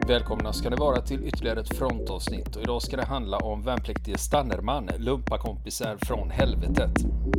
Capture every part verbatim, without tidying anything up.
Välkomna ska det vara till ytterligare ett frontavsnitt och idag ska det handla om värnpliktige Stannerman, lumpakompisar från helvetet.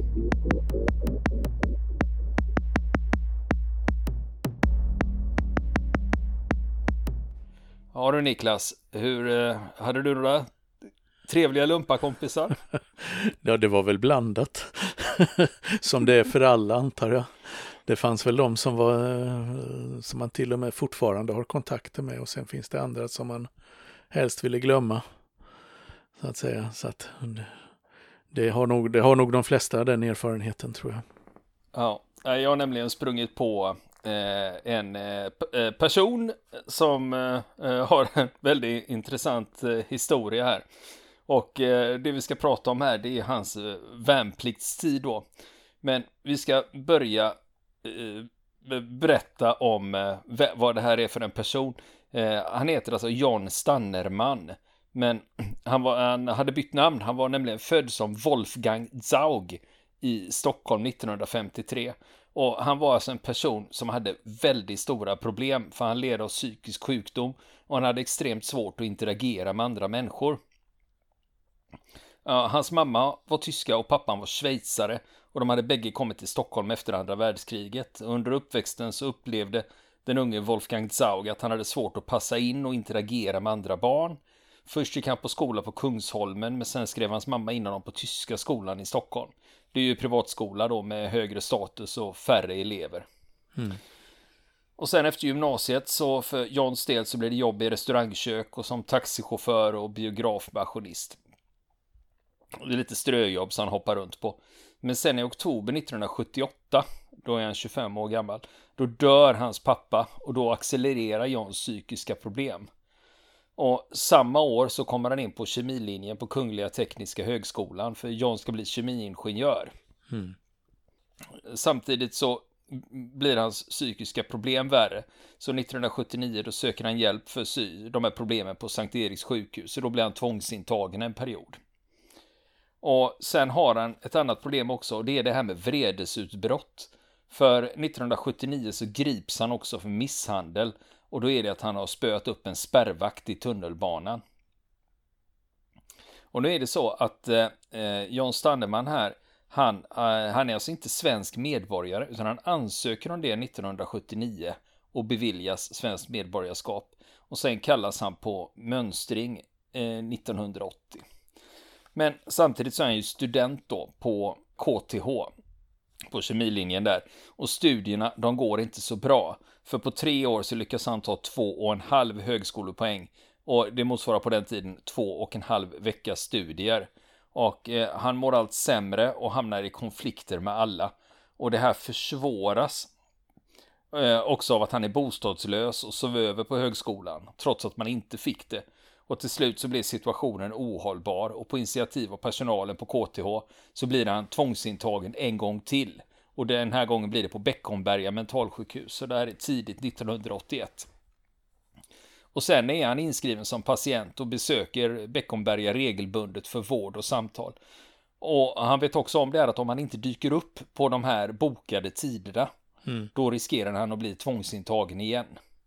Ja du Niklas, hur eh, hade du några trevliga lumpakompisar? Ja, det var väl blandat. Som det är för alla, antar jag. Det fanns väl de som var som man till och med fortfarande har kontakter med, och sen finns det andra som man helst ville glömma, så att säga. Så att det har nog, det har nog de flesta den erfarenheten, tror jag. Ja, jag har nämligen sprungit på eh, en eh, person som eh, har en väldigt intressant eh, historia här. Och eh, det vi ska prata om här, det är hans eh, värnpliktstid då. Men vi ska börja eh, berätta om eh, vad det här är för en person. Eh, han heter alltså John Stannerman. Men han, var, han hade bytt namn. Han var nämligen född som Wolfgang Zaug i Stockholm nittonhundrafemtiotre. Och han var alltså en person som hade väldigt stora problem, för han led av psykisk sjukdom och han hade extremt svårt att interagera med andra människor. Ja, hans mamma var tyska och pappan var schweizare, och de hade bägge kommit till Stockholm efter andra världskriget. Under uppväxten så upplevde den unge Wolfgang Zaug att han hade svårt att passa in och interagera med andra barn. Först gick han på skola på Kungsholmen, men sen skrev hans mamma in honom på tyska skolan i Stockholm. Det är ju privatskola då med högre status och färre elever. Mm. Och sen efter gymnasiet så för Johns del så blev det jobb i restaurangkök och som taxichaufför och biografmaskinist. Det är lite ströjobb så han hoppar runt på. Men sen i oktober nittonhundrasjuttioåtta, då är han tjugofem år gammal, då dör hans pappa och då accelererar Johns psykiska problem. Och samma år så kommer han in på kemilinjen på Kungliga Tekniska Högskolan, för John ska bli kemiingenjör. Mm. Samtidigt så blir hans psykiska problem värre. Så nittonhundrasjuttionio då söker han hjälp för sy de här problemen på Sankt Eriks sjukhus, så då blir han tvångsintagen en period. Och sen har han ett annat problem också, och det är det här med vredesutbrott. För nittonhundrasjuttionio så grips han också för misshandel, och då är det att han har spöat upp en spärrvakt i tunnelbanan. Och nu är det så att eh, John Stannerman här, han, eh, han är alltså inte svensk medborgare, utan han ansöker om det nittonhundrasjuttionio och beviljas svenskt medborgarskap. Och sen kallas han på mönstring eh, nittonhundraåttio. Men samtidigt så är han ju student då på K T H, på kemilinjen där. Och studierna, de går inte så bra. För på tre år så lyckas han ta två och en halv högskolepoäng. Och det motsvarar på den tiden två och en halv veckas studier. Och eh, han mår allt sämre och hamnar i konflikter med alla. Och det här försvåras eh, också av att han är bostadslös och sov över på högskolan, trots att man inte fick det. Och till slut så blir situationen ohållbar, och på initiativ av personalen på K T H så blir han tvångsintagen en gång till. Och den här gången blir det på Beckomberga mentalsjukhus, så det här är tidigt nittonhundraåttioett. Och sen är han inskriven som patient och besöker Beckomberga regelbundet för vård och samtal. Och han vet också om det här att om han inte dyker upp på de här bokade tiderna, mm. då riskerar han att bli tvångsintagen igen.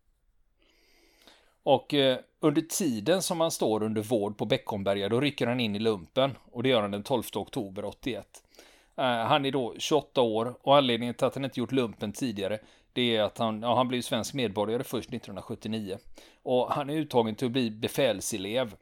Och eh, under tiden som han står under vård på Beckomberga, då rycker han in i lumpen, och det gör han den tolfte oktober åttioett. Uh, han är då tjugoåtta år, och anledningen till att han inte gjort lumpen tidigare, det är att han, ja, han blev svensk medborgare först nittonhundrasjuttionio. Och han är uttagen till att bli befälselev.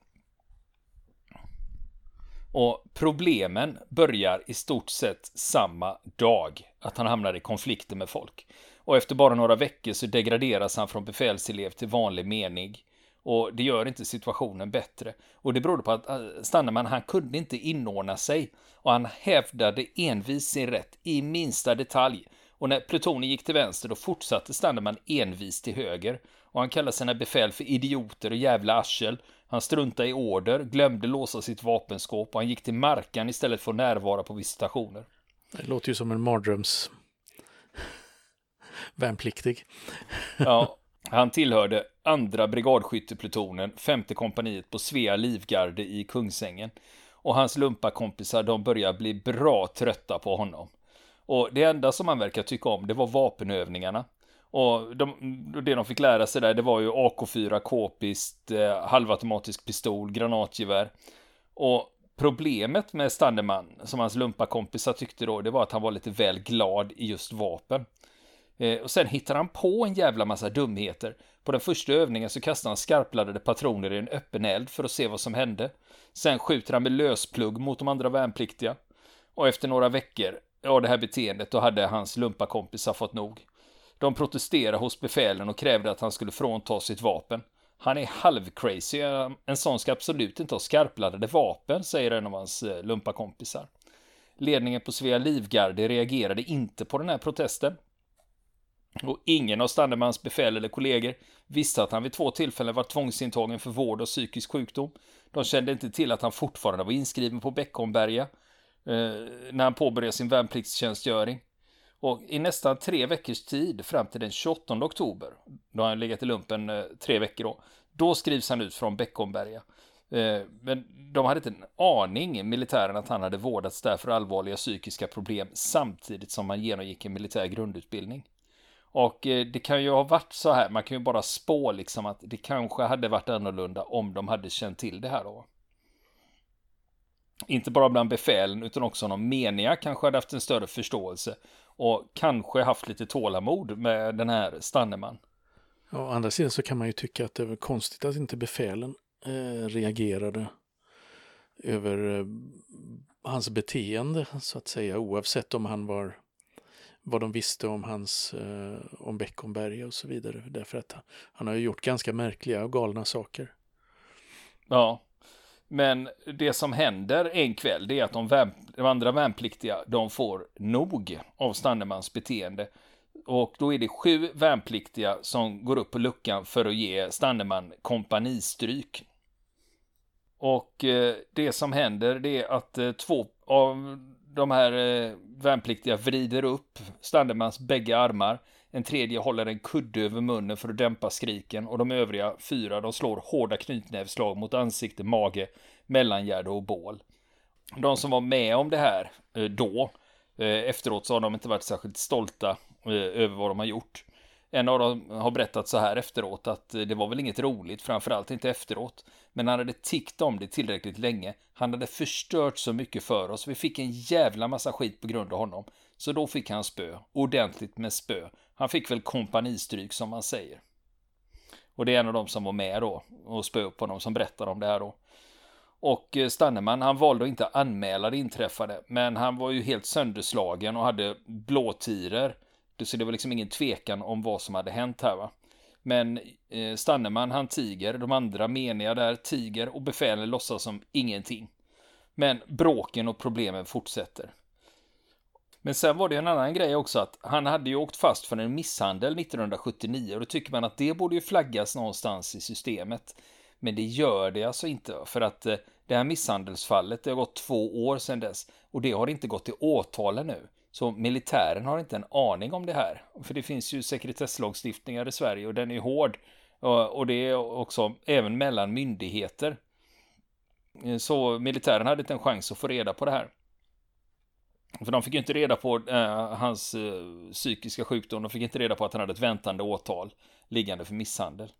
Och problemen börjar i stort sett samma dag, att han hamnar i konflikter med folk. Och efter bara några veckor så degraderas han från befälselev till vanlig menig. Och det gör inte situationen bättre. Och det berodde på att Stannerman, han kunde inte inordna sig. Och han hävdade envis sin rätt i minsta detalj. Och när plutonen gick till vänster, då fortsatte Stannerman envis till höger. Och han kallade sina befäl för idioter och jävla arsel. Han struntade i order, glömde låsa sitt vapenskåp, och han gick till marken istället för att närvara på visitationer. Det låter ju som en mardröms värnpliktig. Ja, han tillhörde andra brigadskytteplutonen, femte kompaniet på Svea livgarde i Kungsängen. Och hans lumpakompisar, de börjar bli bra trötta på honom. Och det enda som han verkar tycka om, det var vapenövningarna. Och de, det de fick lära sig där, det var ju A K fyra, k-pist, eh, halvautomatisk pistol, granatgevär. Och problemet med Standeman, som hans lumpakompisar tyckte då, det var att han var lite väl glad i just vapen. Eh, och sen hittar han på en jävla massa dumheter. På den första övningen så kastar han skarpladdade patroner i en öppen eld för att se vad som hände. Sen skjuter han med lösplugg mot de andra värnpliktiga. Och efter några veckor av det här beteendet då hade hans lumpakompisar fått nog. De protesterade hos befälen och krävde att han skulle frånta sitt vapen. Han är halvcrazy, en sån ska absolut inte ha skarpladdade vapen, säger en av hans lumpakompisar. Ledningen på Svea Livgarde reagerade inte på den här protesten. Och ingen av Standemans befäl eller kollegor visste att han vid två tillfällen var tvångsintagen för vård av psykisk sjukdom. De kände inte till att han fortfarande var inskriven på Beckomberga eh, när han påbörjade sin värnpliktstjänstgöring. Och i nästan tre veckors tid, fram till den tjugoåttonde oktober, då han legat i lumpen eh, tre veckor då, då skrivs han ut från Beckomberga. Eh, men de hade inte en aning, militären, att han hade vårdats där för allvarliga psykiska problem samtidigt som han genomgick en militär grundutbildning. Och eh, det kan ju ha varit så här, man kan ju bara spå liksom att det kanske hade varit annorlunda om de hade känt till det här då. Inte bara bland befälen utan också de meniga kanske hade haft en större förståelse och kanske haft lite tålamod med den här Standeman. Ja, å andra sidan så kan man ju tycka att det var konstigt att inte befälen eh, reagerade över eh, hans beteende så att säga, oavsett om han var, vad de visste om hans eh, om Beckomberga och så vidare, därför att han, han har ju gjort ganska märkliga och galna saker. Ja. Men det som händer en kväll, det är att de, värn, de andra värnpliktiga, de får nog av Standemans beteende. Och då är det sju värnpliktiga som går upp på luckan för att ge Standeman kompanistryk. Och eh, det som händer, det är att eh, två av de här eh, värnpliktiga vrider upp Standemans bägge armar. En tredje håller en kudde över munnen för att dämpa skriken. Och de övriga fyra, de slår hårda knytnävslag mot ansikte, mage, mellangärde och bål. De som var med om det här då, efteråt så har de inte varit särskilt stolta över vad de har gjort. En av dem har berättat så här efteråt att det var väl inget roligt, framförallt inte efteråt. Men han hade tickt om det tillräckligt länge. Han hade förstört så mycket för oss. Vi fick en jävla massa skit på grund av honom. Så då fick han spö, ordentligt med spö. Han fick väl kompanistryk som man säger. Och det är en av dem som var med då och spö upp på dem som berättar om det här då. Och Standeman, han valde att inte anmäla det inträffade. Men han var ju helt sönderslagen och hade blåtirer. Så det var liksom ingen tvekan om vad som hade hänt här va. Men eh, Standeman, han tiger. De andra meniga där tiger och befälen låtsas som ingenting. Men bråken och problemen fortsätter. Men sen var det en annan grej också att han hade ju åkt fast för en misshandel nittonhundrasjuttionio och då tycker man att det borde ju flaggas någonstans i systemet. Men det gör det alltså inte för att eh, det här misshandelsfallet, det har gått två år sedan dess och det har inte gått till åtal nu. Så militären har inte en aning om det här. För det finns ju sekretesslagstiftningar i Sverige och den är hård. Och det är också även mellan myndigheter. Så militären hade inte en chans att få reda på det här. För de fick ju inte reda på eh, hans eh, psykiska sjukdom. De fick inte reda på att han hade ett väntande åtal liggande för misshandel.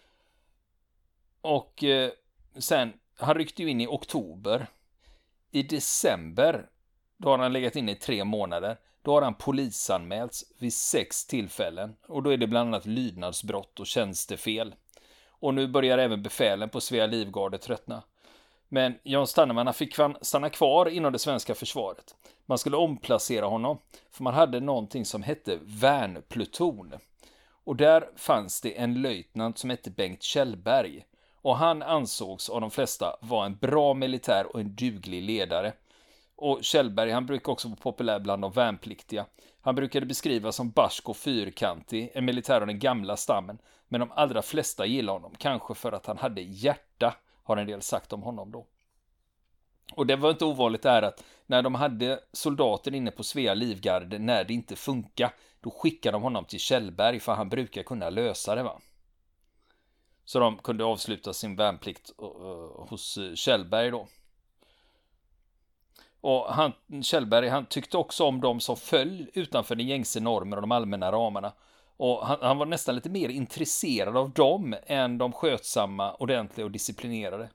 Och eh, sen, han ryckte ju in i oktober. I december, då har han legat inne i tre månader. Då har han polisanmälts vid sex tillfällen. Och då är det bland annat lydnadsbrott och tjänstefel. Och nu börjar även befälen på Svea Livgarde tröttna. Men Jan Standeman fick stanna kvar inom det svenska försvaret. Man skulle omplacera honom. För man hade någonting som hette värnpluton. Och där fanns det en löjtnant som hette Bengt Kjellberg. Och han ansågs av de flesta vara en bra militär och en duglig ledare. Och Kjellberg, han brukar också vara populär bland de värnpliktiga. Han brukade beskrivas som barsk och fyrkantig, en militär av den gamla stammen. Men de allra flesta gillar honom, kanske för att han hade hjärta, har en del sagt om honom då. Och det var inte ovanligt där att när de hade soldater inne på Svea Livgarde, när det inte funkar, då skickade de honom till Kjellberg för han brukar kunna lösa det va. Så de kunde avsluta sin värnplikt hos Kjellberg då. Och han, Kjellberg, han tyckte också om de som föll utanför den gängse normer och de allmänna ramarna. Och han, han var nästan lite mer intresserad av dem än de skötsamma, ordentliga och disciplinerade.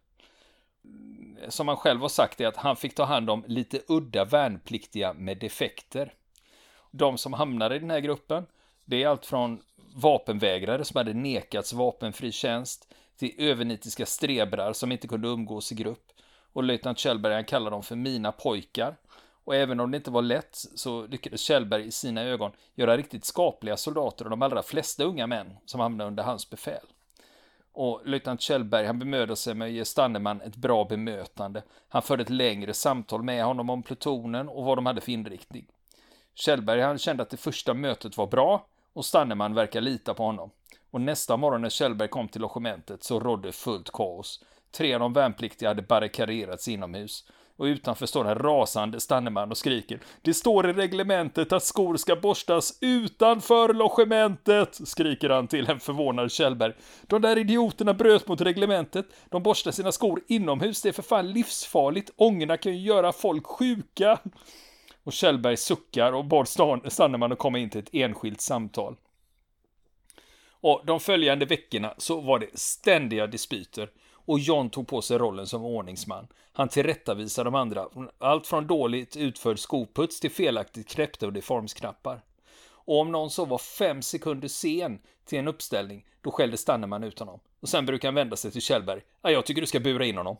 Som han själv har sagt är att han fick ta hand om lite udda värnpliktiga med defekter. De som hamnade i den här gruppen, det är allt från vapenvägrare som hade nekats vapenfri tjänst till övernitiska strebrar som inte kunde umgås i grupp. Och löjtnant Kjellberg, han kallar dem för mina pojkar. Och även om det inte var lätt så lyckades Kjellberg i sina ögon göra riktigt skapliga soldater och de allra flesta unga män som hamnade under hans befäl. Och löjtnant Kjellberg, han bemödde sig med att ge Stanneman ett bra bemötande. Han förde ett längre samtal med honom om plutonen och vad de hade för inriktning. Kjellberg, han kände att det första mötet var bra och Stanneman verkar lita på honom. Och nästa morgon när Kjellberg kom till logementet så rådde fullt kaos. Tre av de värnpliktiga hade barrikaderats inomhus. Och utanför står en rasande Stanneman och skriker: "Det står i reglementet att skor ska borstas utanför logementet!" skriker han till en förvånad Kjellberg. "De där idioterna bröt mot reglementet. De borstar sina skor inomhus. Det är för fan livsfarligt. Ångorna kan ju göra folk sjuka." Och Kjellberg suckar och bad Stanneman att komma in till ett enskilt samtal. Och de följande veckorna så var det ständiga dispyter. Och John tog på sig rollen som ordningsman. Han tillrättavisade de andra. Allt från dåligt utförd skoputs till felaktigt knäppta uniformsknappar. Och om någon så var fem sekunder sen till en uppställning, då skällde Stanneman ut honom. Och sen brukar han vända sig till Kjellberg. "Ja, jag tycker du ska bura in honom."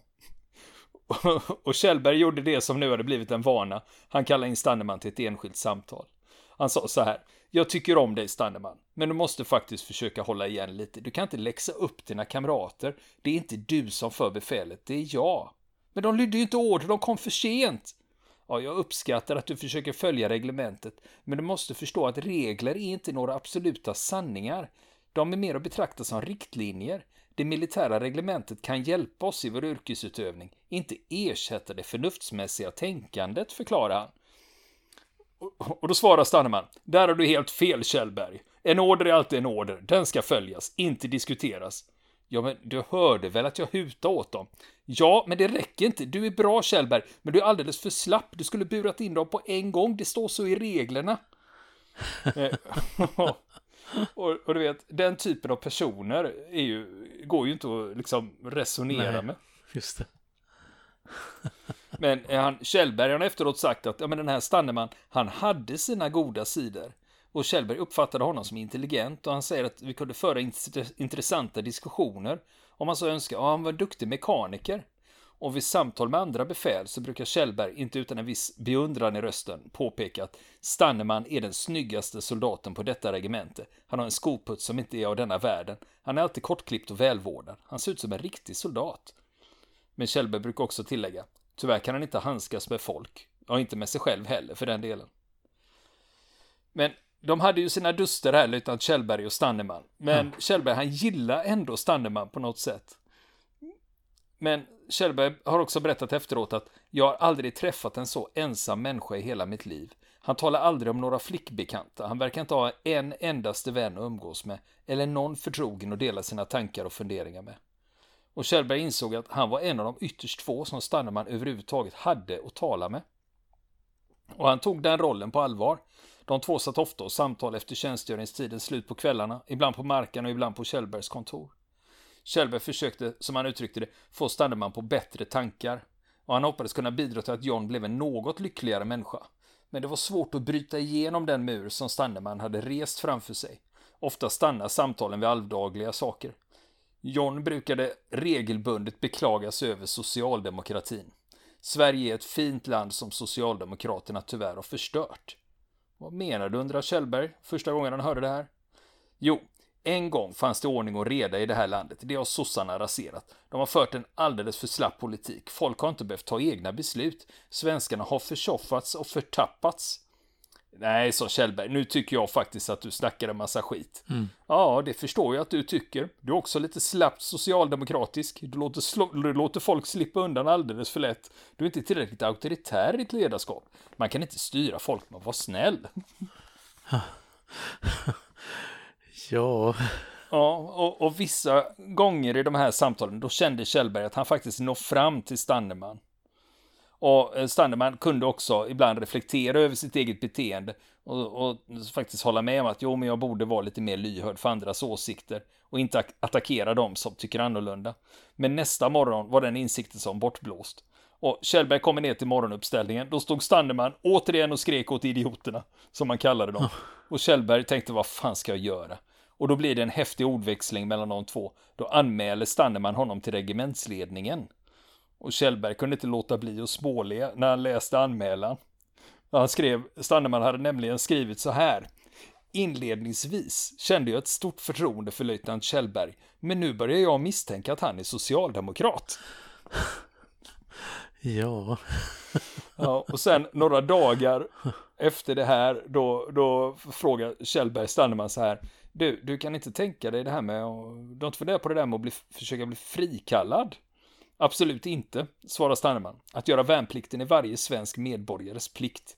Och Kjellberg gjorde det som nu hade blivit en vana. Han kallade in Stanneman till ett enskilt samtal. Han sa så här: "Jag tycker om dig, Stanneman, men du måste faktiskt försöka hålla igen lite. Du kan inte läxa upp dina kamrater. Det är inte du som för befälet, det är jag." "Men de lydde ju inte order, de kom för sent." "Ja, jag uppskattar att du försöker följa reglementet, men du måste förstå att regler är inte några absoluta sanningar. De är mer att betrakta som riktlinjer. Det militära reglementet kan hjälpa oss i vår yrkesutövning, inte ersätta det förnuftsmässiga tänkandet", förklarar han. Och då svarar Stanneman: "Där har du helt fel, Kjellberg. En order är alltid en order. Den ska följas, inte diskuteras." "Ja, men du hörde väl att jag hutade åt dem?" "Ja, men det räcker inte. Du är bra, Kjellberg, men du är alldeles för slapp. Du skulle burat in dem på en gång. Det står så i reglerna." och, och du vet, den typen av personer är ju, går ju inte att liksom resonera Nej, med. Just det. Men han, Kjellberg har efteråt sagt att ja, men den här Stanneman, han hade sina goda sidor. Och Kjellberg uppfattade honom som intelligent och han säger att vi kunde föra intressanta diskussioner om man så önskar. Ja, han var en duktig mekaniker. Och vid samtal med andra befäl så brukar Kjellberg, inte utan en viss beundran i rösten, påpeka att Stanneman är den snyggaste soldaten på detta regemente. Han har en skoputs som inte är av denna världen. Han är alltid kortklippt och välvårdad. Han ser ut som en riktig soldat. Men Kjellberg brukar också tillägga: tyvärr kan han inte handskas med folk. Och inte med sig själv heller för den delen. Men de hade ju sina duster här, löjtnant Kjellberg och Stanneman. Men mm. Kjellberg, han gillar ändå Stanneman på något sätt. Men Kjellberg har också berättat efteråt att jag har aldrig träffat en så ensam människa i hela mitt liv. Han talar aldrig om några flickbekanta. Han verkar inte ha en endaste vän att umgås med. Eller någon förtrogen att dela sina tankar och funderingar med. Och Kjellberg insåg att han var en av de ytterst få som Stanneman överhuvudtaget hade att tala med. Och han tog den rollen på allvar. De två satt ofta och samtal efter tjänstgöringstiden slut på kvällarna, ibland på marken och ibland på Kjellbergs kontor. Kjellberg försökte, som han uttryckte det, få Stanneman på bättre tankar. Och han hoppades kunna bidra till att John blev en något lyckligare människa. Men det var svårt att bryta igenom den mur som Stanneman hade rest framför sig. Ofta stannar samtalen vid alldagliga saker. John brukade regelbundet beklaga sig över socialdemokratin. Sverige är ett fint land som socialdemokraterna tyvärr har förstört. Vad menar du, undrar Kjellberg första gången han hörde det här? Jo, en gång fanns det ordning och reda i det här landet. Det har sossarna raserat. De har fört en alldeles för slapp politik. Folk har inte behövt ta egna beslut. Svenskarna har förtjoffats och förtappats. Nej, sa Kjellberg, nu tycker jag faktiskt att du snackar en massa skit. Mm. Ja, det förstår jag att du tycker. Du är också lite slappt socialdemokratisk. Du låter, sl- du låter folk slippa undan alldeles för lätt. Du är inte tillräckligt auktoritär i ditt ledarskap. Man kan inte styra folk med att vara snäll. Ja. Ja, och, och vissa gånger i de här samtalen då kände Kjellberg att han faktiskt når fram till Stanneman. Och Stanneman kunde också ibland reflektera över sitt eget beteende och, och faktiskt hålla med om att jo, men jag borde vara lite mer lyhörd för andras åsikter och inte attackera dem som tycker annorlunda. Men nästa morgon var den insikten som bortblåst. Och Kjellberg kommer ner till morgonuppställningen. Då stod Stanneman återigen och skrek åt idioterna, som man kallade dem. Och Kjellberg tänkte, vad fan ska jag göra? Och då blir det en häftig ordväxling mellan de två. Då anmäler Stanneman honom till regementsledningen. Och Kjellberg kunde inte låta bli att småle när han läste anmälan. Han skrev, Stanneman hade nämligen skrivit så här: inledningsvis kände jag ett stort förtroende för löjtnant Kjellberg, men nu börjar jag misstänka att han är socialdemokrat. Ja. Ja, och sen några dagar efter det här då, då frågar Kjellberg Stanneman så här: Du, du kan inte tänka dig det här med att, du har inte funderat på det där med att bli, försöka bli frikallad? Absolut inte, svarar Stanneman. Att göra värnplikten är varje svensk medborgares plikt.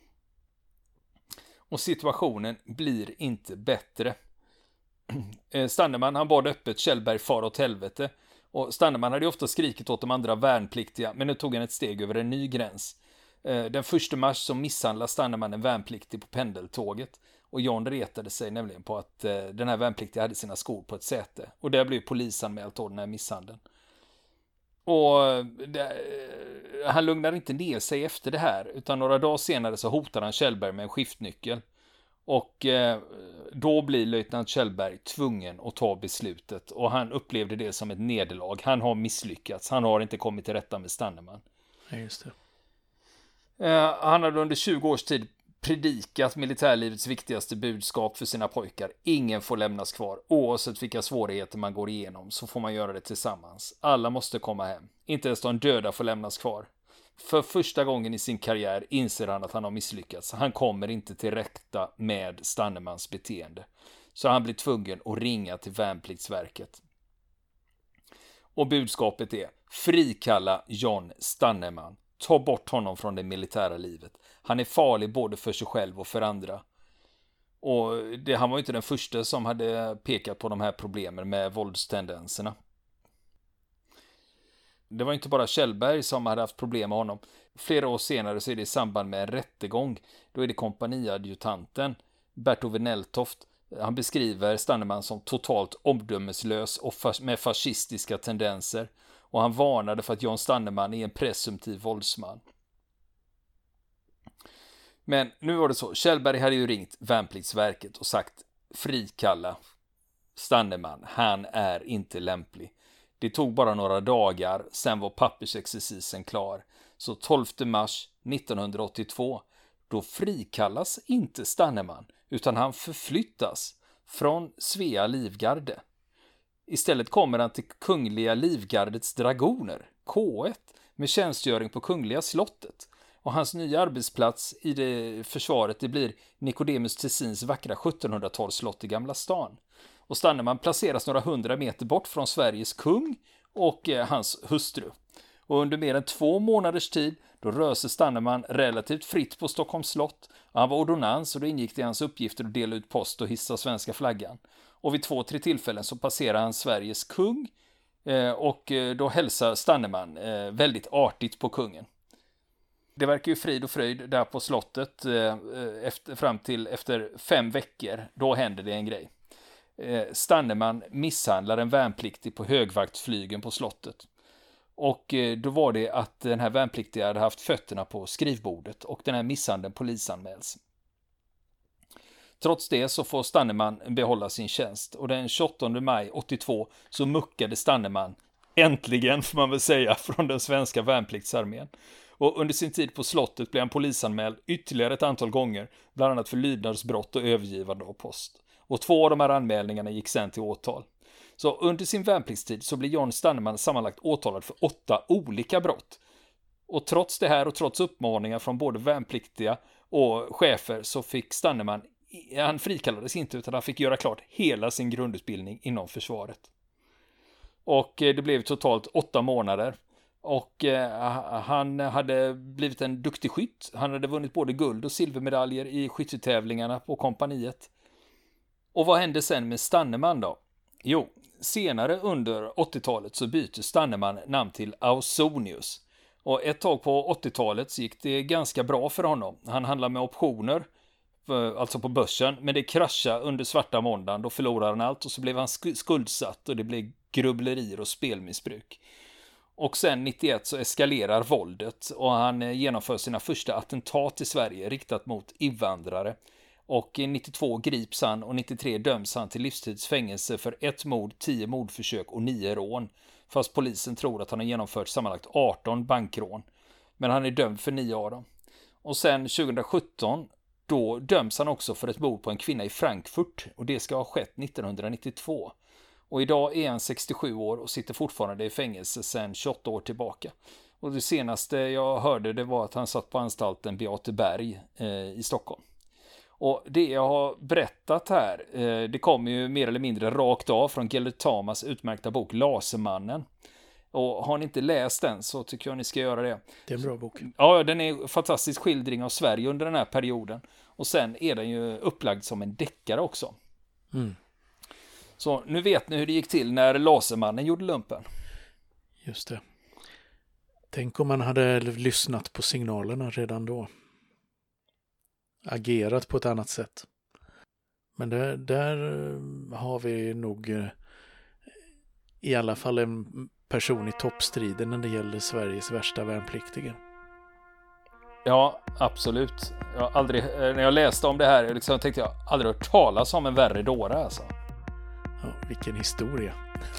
Och situationen blir inte bättre. Stanneman, han bad öppet Kjellberg far åt helvete. Och Stanneman hade ju ofta skrikit åt de andra värnpliktiga, men nu tog han ett steg över en ny gräns. Den första mars så misshandlade Stanneman en värnpliktig på pendeltåget. Och John retade sig nämligen på att den här värnpliktiga hade sina skor på ett säte. Och där blev polisanmält då den här misshandeln. Och det, han lugnar inte ner sig efter det här, utan några dagar senare så hotar han Kjellberg med en skiftnyckel. Och eh, då blir löjtnant Kjellberg tvungen att ta beslutet, och han upplevde det som ett nederlag. Han har misslyckats, han har inte kommit till rätta med Stanneman. Ja, just det. Eh, han hade under tjugo års tid predikat militärlivets viktigaste budskap för sina pojkar. Ingen får lämnas kvar. Oavsett vilka svårigheter man går igenom så får man göra det tillsammans. Alla måste komma hem. Inte ens de döda får lämnas kvar. För första gången i sin karriär inser han att han har misslyckats. Han kommer inte till rätta med Stannemans beteende. Så han blir tvungen att ringa till Värnpliktsverket. Och budskapet är: frikalla John Stanneman. Ta bort honom från det militära livet. Han är farlig både för sig själv och för andra. Och det, han var ju inte den första som hade pekat på de här problemen med våldstendenserna. Det var inte bara Kjellberg som hade haft problem med honom. Flera år senare så är det i samband med en rättegång. Då är det kompaniadjutanten Bert-Ove Neltoft. Han beskriver Stanneman som totalt omdömeslös och med fascistiska tendenser. Och han varnade för att John Stanneman är en presumtiv våldsman. Men nu var det så. Kjellberg hade ju ringt Värnpliktsverket och sagt: frikalla Stanneman, han är inte lämplig. Det tog bara några dagar, sen var pappersexercisen klar. Så tolfte mars nittonhundraåttiotvå, då frikallas inte Stanneman, utan han förflyttas från Svea livgarde. Istället kommer han till Kungliga livgardets dragoner, K ett, med tjänstgöring på Kungliga slottet. Och hans nya arbetsplats i det försvaret, det blir Nicodemus Tessins vackra sjuttonhundratalsslott i Gamla stan. Och Stanneman placeras några hundra meter bort från Sveriges kung och eh, hans hustru. Och under mer än två månaders tid då rör sig Stanneman relativt fritt på Stockholms slott. Och han var ordonnans, och då ingick det i hans uppgifter att dela ut post och hissa svenska flaggan. Och vid två, tre tillfällen så passerar han Sveriges kung eh, och eh, då hälsar Stanneman eh, väldigt artigt på kungen. Det verkar ju frid och fröjd där på slottet eh, efter, fram till efter fem veckor. Då händer det en grej. Eh, Stanneman misshandlar en värnpliktig på högvaktsflygen på slottet. Och eh, då var det att den här värnpliktiga hade haft fötterna på skrivbordet, och den här misshandeln polisanmäls. Trots det så får Stanneman behålla sin tjänst, och den tjugoåttonde maj åttiotvå så muckade Stanneman äntligen, får man väl säga, från den svenska värnpliktsarmén. Och under sin tid på slottet blev han polisanmäld ytterligare ett antal gånger, bland annat för lydnadsbrott och övergivande av post. Och två av de här anmälningarna gick sen till åtal. Så under sin värnpliktstid så blir John Stanneman sammanlagt åtalad för åtta olika brott. Och trots det här och trots uppmaningar från både värnpliktiga och chefer så fick Stanneman, han frikallades inte, utan han fick göra klart hela sin grundutbildning inom försvaret. Och det blev totalt åtta månader. Och eh, han hade blivit en duktig skytt. Han hade vunnit både guld- och silvermedaljer i skyttetävlingarna på kompaniet. Och vad hände sen med Stanneman då? Jo, senare under åttiotalet så byter Stanneman namn till Ausonius. Och ett tag på åttiotalet så gick det ganska bra för honom. Han handlade med optioner, alltså på börsen, men det kraschade under svarta måndagen. Då förlorade han allt och så blev han skuldsatt och det blev grubblerier och spelmissbruk. Och sen nittioett så eskalerar våldet och han genomför sina första attentat i Sverige riktat mot invandrare. Och nittiotvå grips han och nittiotre döms han till livstidsfängelse för ett mord, tio mordförsök och nio rån. Fast polisen tror att han har genomfört sammanlagt arton bankrån. Men han är dömd för nio av dem. Och sen tjugosjutton då döms han också för ett mord på en kvinna i Frankfurt. Och det ska ha skett nittonhundranittiotvå. Och idag är han sextiosju år och sitter fortfarande i fängelse sedan tjugoåtta år tillbaka. Och det senaste jag hörde det var att han satt på anstalten Beateberg eh, i Stockholm. Och det jag har berättat här, eh, det kommer ju mer eller mindre rakt av från Gellert Tamas utmärkta bok Lasermannen. Och har ni inte läst den så tycker jag ni ska göra det. Det är en bra bok. Ja, den är en fantastisk skildring av Sverige under den här perioden. Och sen är den ju upplagd som en deckare också. Mm. Så nu vet ni hur det gick till när Lasermannen gjorde lumpen. Just det. Tänk om man hade lyssnat på signalerna redan då. Agerat på ett annat sätt. Men där, där har vi nog i alla fall en person i toppstriden när det gäller Sveriges värsta värnpliktiga. Ja, absolut. Jag har aldrig, när jag läste om det här liksom, tänkte jag aldrig hört talas om en värre dåre alltså. Ja, vilken historia.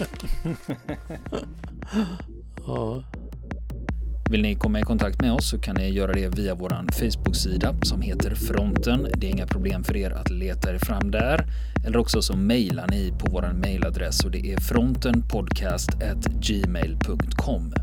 Ja. Vill ni komma i kontakt med oss så kan ni göra det via vår Facebook-sida som heter Fronten. Det är inga problem för er att leta er fram där. Eller också så mejlar ni på vår mejladress och det är frontenpodcast at gmail punkt com.